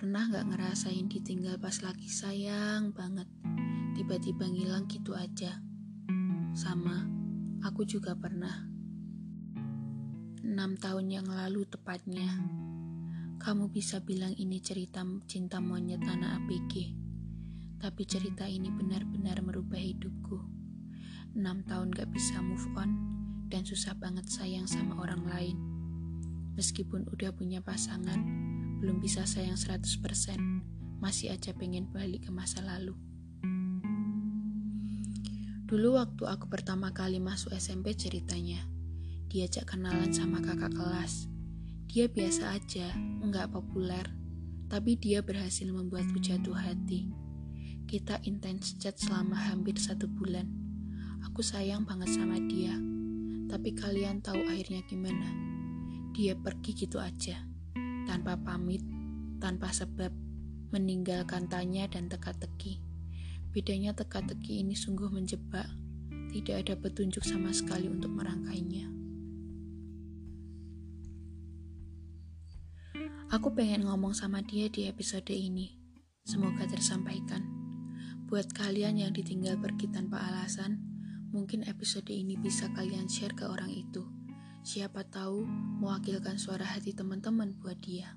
Pernah gak ngerasain ditinggal pas lagi sayang banget, tiba-tiba ngilang gitu aja? Sama, aku juga pernah. 6 tahun yang lalu tepatnya. Kamu bisa bilang ini cerita cinta monyet anak ABG, tapi cerita ini benar-benar merubah hidupku. 6 tahun gak bisa move on, dan susah banget sayang sama orang lain. Meskipun udah punya pasangan, belum bisa sayang 100%, masih aja pengen balik ke masa lalu. Dulu waktu aku pertama kali masuk SMP ceritanya, diajak kenalan sama kakak kelas. Dia biasa aja, enggak populer, tapi dia berhasil membuatku jatuh hati. Kita intens chat selama hampir 1 bulan. Aku sayang banget sama dia, tapi kalian tahu akhirnya gimana? Dia pergi gitu aja, tanpa pamit, tanpa sebab, meninggalkan tanya dan teka-teki. Bedanya teka-teki ini sungguh menjebak, tidak ada petunjuk sama sekali untuk merangkainya. Aku pengen ngomong sama dia di episode ini, semoga tersampaikan. Buat kalian yang ditinggal pergi tanpa alasan, mungkin episode ini bisa kalian share ke orang itu. Siapa tahu mewakilkan suara hati teman-teman buat dia.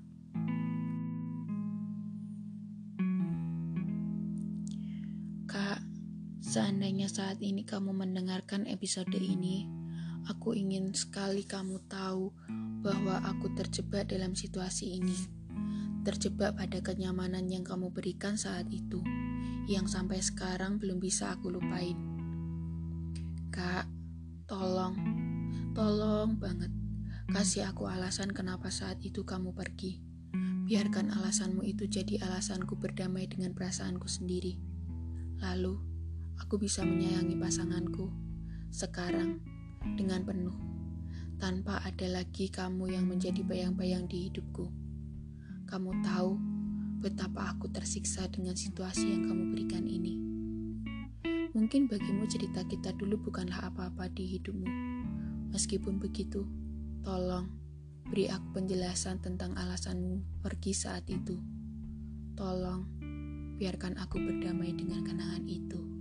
Kak, seandainya saat ini kamu mendengarkan episode ini, aku ingin sekali kamu tahu bahwa aku terjebak dalam situasi ini. Terjebak pada kenyamanan yang kamu berikan saat itu, yang sampai sekarang belum bisa aku lupain. Kak, tolong banget, kasih aku alasan kenapa saat itu kamu pergi. Biarkan alasanmu itu jadi alasanku berdamai dengan perasaanku sendiri. Lalu, aku bisa menyayangi pasanganku sekarang dengan penuh, tanpa ada lagi kamu yang menjadi bayang-bayang di hidupku. Kamu tahu betapa aku tersiksa dengan situasi yang kamu berikan ini. Mungkin bagimu cerita kita dulu bukanlah apa-apa di hidupmu. Meskipun begitu, tolong beri aku penjelasan tentang alasanmu pergi saat itu. Tolong biarkan aku berdamai dengan kenangan itu.